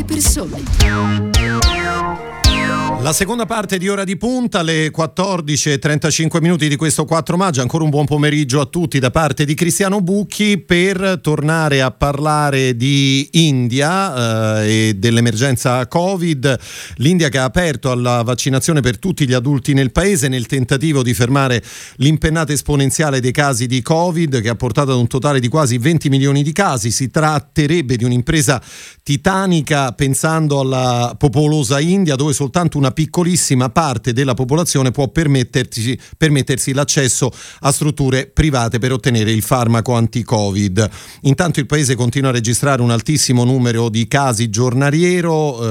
persone. La seconda parte di Ora di Punta, alle 14:35 di questo 4 maggio. Ancora un buon pomeriggio a tutti da parte di Cristiano Bucchi per tornare a parlare di India e dell'emergenza Covid. L'India che ha aperto alla vaccinazione per tutti gli adulti nel paese nel tentativo di fermare l'impennata esponenziale dei casi di Covid, che ha portato ad un totale di quasi 20 milioni di casi. Si tratterebbe di un'impresa titanica, pensando alla popolosa India, dove soltanto una piccolissima parte della popolazione può permettersi l'accesso a strutture private per ottenere il farmaco anti-Covid. Intanto il paese continua a registrare un altissimo numero di casi giornaliero,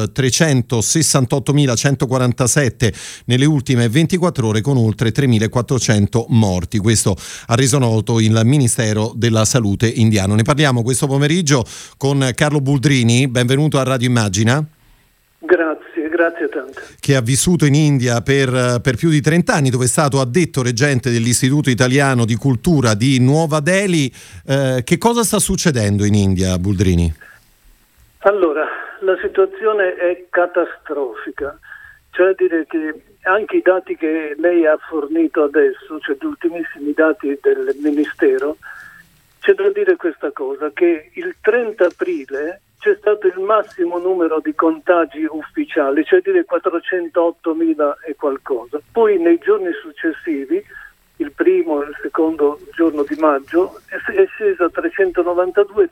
368.147 nelle ultime 24 ore, con oltre 3.400 morti. Questo ha reso noto il Ministero della Salute indiano. Ne parliamo questo pomeriggio con Carlo Boldrini. Benvenuto a Radio Immagina. Grazie tante. Che ha vissuto in India per più di 30 anni, dove è stato addetto reggente dell'Istituto Italiano di Cultura di Nuova Delhi. Che cosa sta succedendo in India, Boldrini? Allora, la situazione è catastrofica, cioè dire che anche i dati che lei ha fornito adesso, cioè gli ultimissimi dati del Ministero, c'è da dire questa cosa, che il 30 aprile c'è stato il massimo numero di contagi ufficiali, cioè dire 408.000 e qualcosa. Poi nei giorni successivi, il primo e il secondo giorno di maggio, è sceso a 392,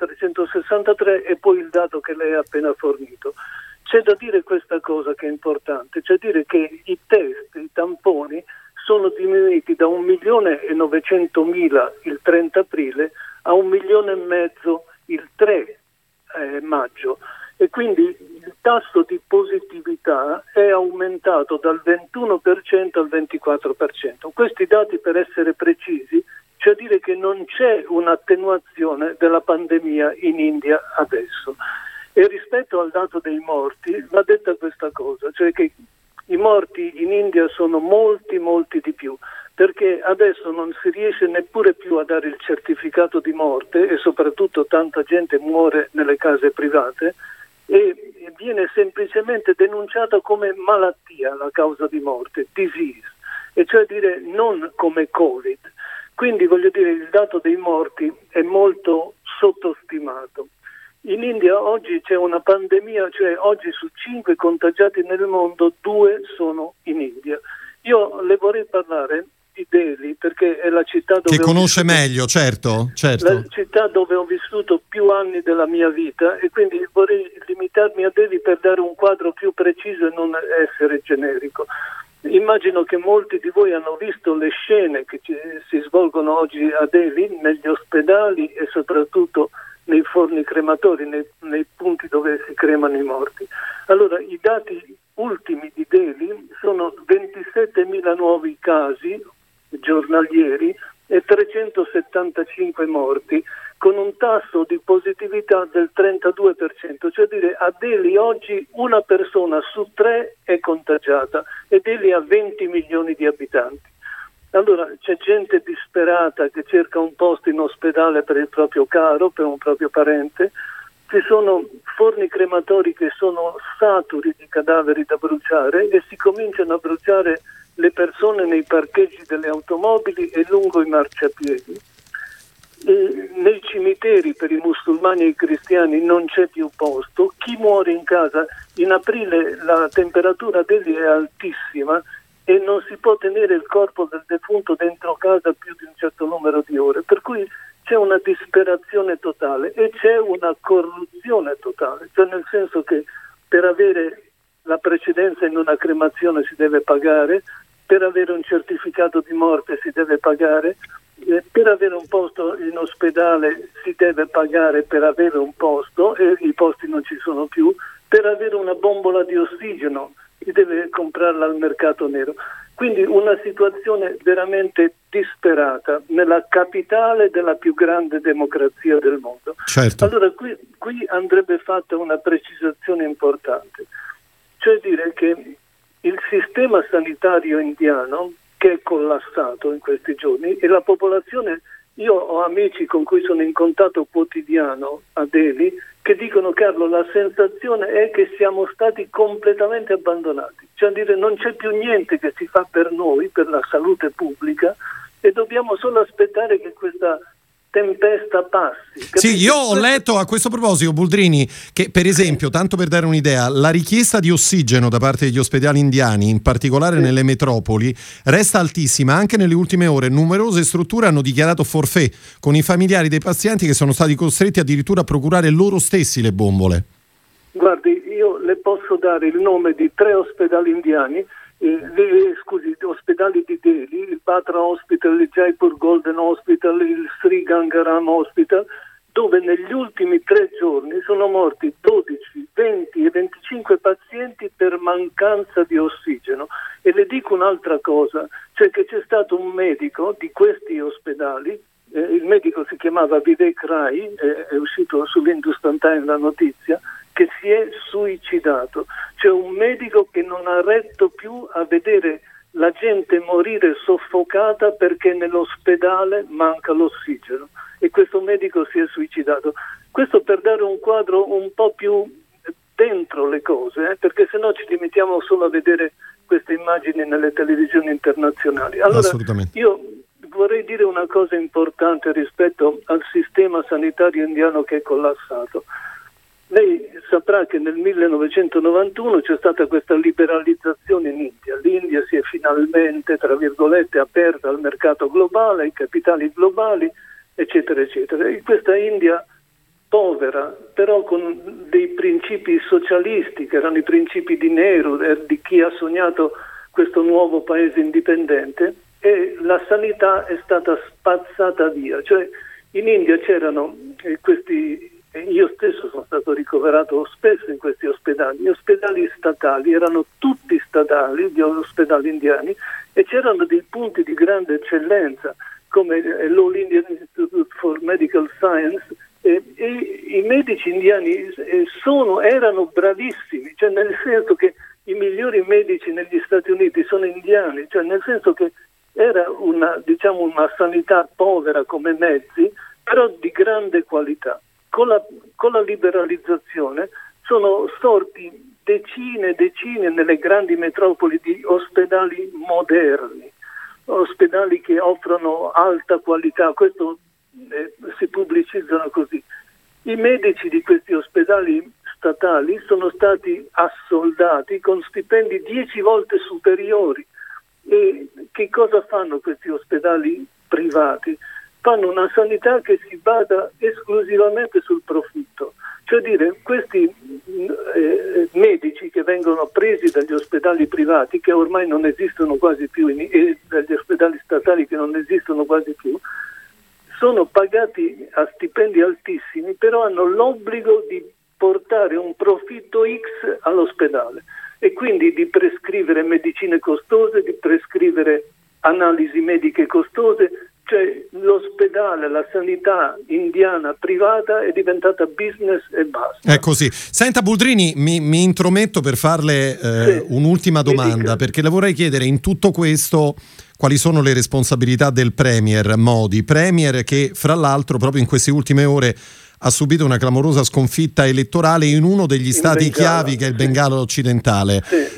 363 e poi il dato che lei ha appena fornito. C'è da dire questa cosa che è importante, cioè dire che i test, i tamponi, sono diminuiti da 1.900.000 il 30 aprile a 1,5 milioni il 3 maggio, e quindi il tasso di positività è aumentato dal 21% al 24%. Questi dati, per essere precisi, cioè dire che non c'è un'attenuazione della pandemia in India adesso. E rispetto al dato dei morti va detta questa cosa, cioè che i morti in India sono molti di più, perché adesso non si riesce neppure più a dare il certificato di morte e soprattutto tanta gente muore nelle case private e viene semplicemente denunciata come malattia la causa di morte, disease, e cioè dire non come Covid. Quindi voglio dire, il dato dei morti è molto sottostimato. In India oggi c'è una pandemia, cioè oggi su 5 contagiati nel mondo 2 sono in India. Io le vorrei parlare di Delhi perché è la città dove che conosce meglio, certo. La città dove ho vissuto più anni della mia vita, e quindi vorrei limitarmi a Delhi per dare un quadro più preciso e non essere generico. Immagino che molti di voi hanno visto le scene che si svolgono oggi a Delhi, negli ospedali e soprattutto nei forni crematori, nei punti dove si cremano i morti. Allora, i dati ultimi di Delhi sono 27.000 nuovi casi giornalieri e 375 morti, con un tasso di positività del 32%, cioè dire a Delhi oggi una persona su 3 è contagiata e Delhi ha 20 milioni di abitanti. Allora c'è gente disperata che cerca un posto in ospedale per il proprio caro, per un proprio parente. Ci sono forni crematori che sono saturi di cadaveri da bruciare e si cominciano a bruciare le persone nei parcheggi delle automobili e lungo i marciapiedi. E nei cimiteri per i musulmani e i cristiani non c'è più posto. Chi muore in casa? In aprile la temperatura è altissima e non si può tenere il corpo del defunto dentro casa più di un certo numero di ore, per cui c'è una disperazione totale e c'è una corruzione totale, cioè nel senso che per avere la precedenza in una cremazione si deve pagare, per avere un certificato di morte si deve pagare, per avere un posto in ospedale si deve pagare per avere un posto e i posti non ci sono più, per avere una bombola di ossigeno si deve comprarla al mercato nero. Quindi una situazione veramente disperata nella capitale della più grande democrazia del mondo. Certo. Allora qui andrebbe fatta una precisazione importante, cioè dire che il sistema sanitario indiano, che è collassato in questi giorni, e la popolazione Io ho amici con cui sono in contatto quotidiano a Delhi che dicono: Carlo, la sensazione è che siamo stati completamente abbandonati, cioè dire non c'è più niente che si fa per noi, per la salute pubblica, e dobbiamo solo aspettare che questa tempesta passi. Sì, io ho letto a questo proposito, Boldrini, che per esempio, tanto per dare un'idea, la richiesta di ossigeno da parte degli ospedali indiani, in particolare nelle metropoli, resta altissima. Anche nelle ultime ore numerose strutture hanno dichiarato forfait con i familiari dei pazienti che sono stati costretti addirittura a procurare loro stessi le bombole. Guardi, io le posso dare il nome di 3 ospedali indiani, ospedali di Delhi, il Batra Hospital, il Jaipur Golden Hospital, il Sri Gangaram Hospital, dove negli ultimi 3 giorni sono morti 12, 20 e 25 pazienti per mancanza di ossigeno. E le dico un'altra cosa, cioè che c'è stato un medico di questi ospedali, il medico si chiamava Vivek Rai, è uscito sull'Hindustan Times la notizia, che si è suicidato. C'è un medico che non ha retto più a vedere la gente morire soffocata perché nell'ospedale manca l'ossigeno, e questo medico si è suicidato. Questo per dare un quadro un po' più dentro le cose, perché sennò ci limitiamo solo a vedere queste immagini nelle televisioni internazionali. Allora, io vorrei dire una cosa importante rispetto al sistema sanitario indiano che è collassato. Lei saprà che nel 1991 c'è stata questa liberalizzazione in India. L'India si è finalmente, tra virgolette, aperta al mercato globale, ai capitali globali, eccetera, eccetera. E questa India povera, però con dei principi socialisti, che erano i principi di Nehru, di chi ha sognato questo nuovo paese indipendente, e la sanità è stata spazzata via. Cioè in India c'erano questi... Io stesso sono stato ricoverato spesso in questi ospedali. Gli ospedali statali erano tutti statali, gli ospedali indiani, e c'erano dei punti di grande eccellenza come l'All Indian Institute for Medical Science, e i medici indiani erano bravissimi, cioè nel senso che i migliori medici negli Stati Uniti sono indiani, cioè nel senso che era una sanità povera come mezzi, però di grande qualità. Con la liberalizzazione sono sorti decine e decine nelle grandi metropoli di ospedali moderni, ospedali che offrono alta qualità, questo si pubblicizzano così. I medici di questi ospedali statali sono stati assoldati con stipendi 10 volte superiori. E che cosa fanno questi ospedali privati? Fanno una sanità che si basa esclusivamente sul profitto, cioè dire questi medici che vengono presi dagli ospedali privati, che ormai non esistono quasi più, e dagli ospedali statali che non esistono quasi più, sono pagati a stipendi altissimi, però hanno l'obbligo di portare un profitto X all'ospedale e quindi di prescrivere medicine costose, di prescrivere analisi mediche costose. Cioè l'ospedale, la sanità indiana privata è diventata business e basta. È così. Senta Boldrini, mi intrometto per farle un'ultima domanda, perché le vorrei chiedere in tutto questo quali sono le responsabilità del Premier Modi, Premier che fra l'altro proprio in queste ultime ore ha subito una clamorosa sconfitta elettorale in uno degli stati chiavi che è il Bengala occidentale.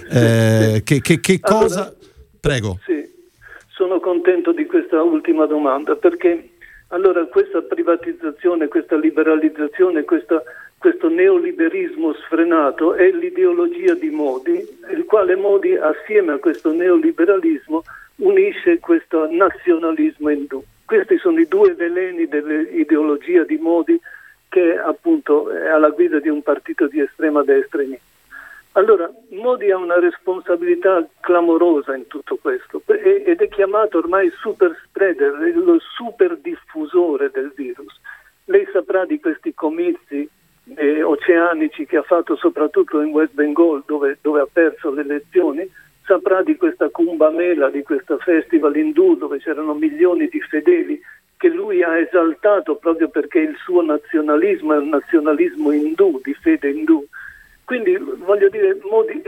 Che cosa... Allora, prego. Sì. Sono contento di questa ultima domanda, perché allora questa privatizzazione, questa liberalizzazione, questo neoliberismo sfrenato è l'ideologia di Modi, il quale Modi assieme a questo neoliberalismo unisce questo nazionalismo indù. Questi sono i 2 veleni dell'ideologia di Modi, che appunto è alla guida di un partito di estrema destra in India. Allora, Modi ha una responsabilità clamorosa in tutto questo ed è chiamato ormai super spreader, lo super diffusore del virus. Lei saprà di questi comizi oceanici che ha fatto soprattutto in West Bengal, dove ha perso le elezioni, saprà di questa Kumbh Mela, di questo festival indù dove c'erano milioni di fedeli che lui ha esaltato proprio perché il suo nazionalismo è un nazionalismo indù, di fede indù. Quindi voglio dire, Modi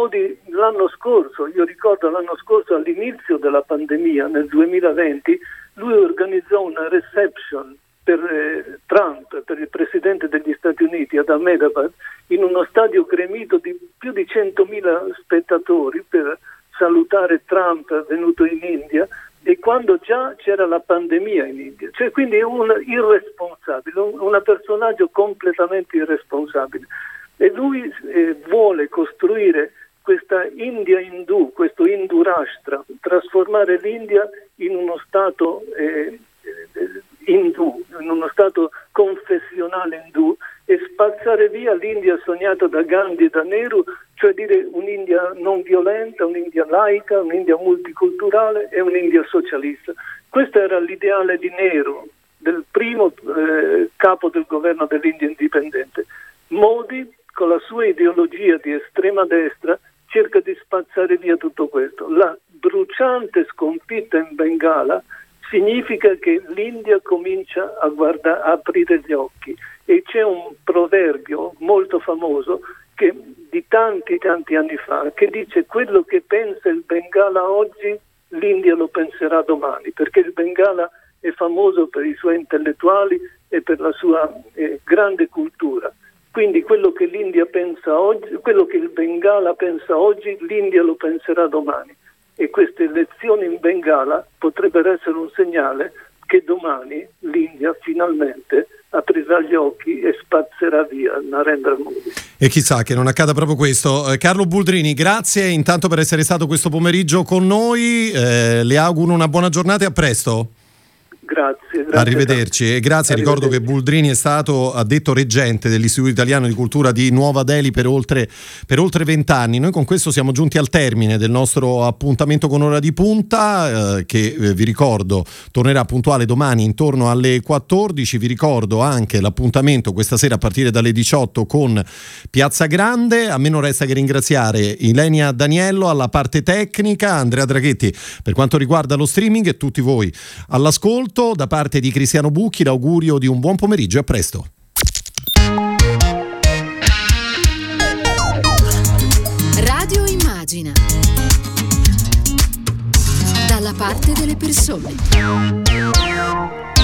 l'anno scorso, io ricordo l'anno scorso all'inizio della pandemia, nel 2020, lui organizzò una reception per Trump, per il presidente degli Stati Uniti ad Ahmedabad, in uno stadio gremito di più di 100.000 spettatori per salutare Trump venuto in India, e quando già c'era la pandemia in India. Cioè, quindi un irresponsabile, un personaggio completamente irresponsabile. E lui vuole costruire questa India indù, questo Indurashtra, trasformare l'India in uno stato indù, in uno stato confessionale indù, e spazzare via l'India sognata da Gandhi e da Nehru, cioè dire un'India non violenta, un'India laica, un'India multiculturale e un'India socialista. Questo era l'ideale di Nehru, del primo capo del governo dell'India indipendente. Modi, con la sua ideologia di estrema destra, cerca di spazzare via tutto questo. La bruciante sconfitta in Bengala significa che l'India comincia a aprire gli occhi, e c'è un proverbio molto famoso che di tanti anni fa, che dice: quello che pensa il Bengala oggi, l'India lo penserà domani, perché il Bengala è famoso per i suoi intellettuali e per la sua grande cultura. Quindi quello che l'India pensa oggi, quello che il Bengala pensa oggi, l'India lo penserà domani. E queste elezioni in Bengala potrebbero essere un segnale che domani l'India finalmente aprirà gli occhi e spazzerà via Narendra Modi. E chissà che non accada proprio questo. Carlo Boldrini, grazie intanto per essere stato questo pomeriggio con noi, le auguro una buona giornata e a presto. Grazie. Arrivederci. E grazie, ricordo che Boldrini è stato addetto reggente dell'Istituto Italiano di Cultura di Nuova Delhi per oltre 20 anni. Noi con questo siamo giunti al termine del nostro appuntamento con Ora di Punta, che vi ricordo tornerà puntuale domani intorno alle 14. Vi ricordo anche l'appuntamento questa sera a partire dalle 18 con Piazza Grande. A me non resta che ringraziare Ilenia Daniello alla parte tecnica, Andrea Draghetti per quanto riguarda lo streaming, e tutti voi all'ascolto. Da parte di Cristiano Bucchi l'augurio di un buon pomeriggio e a presto. Radio Immagina, dalla parte delle persone.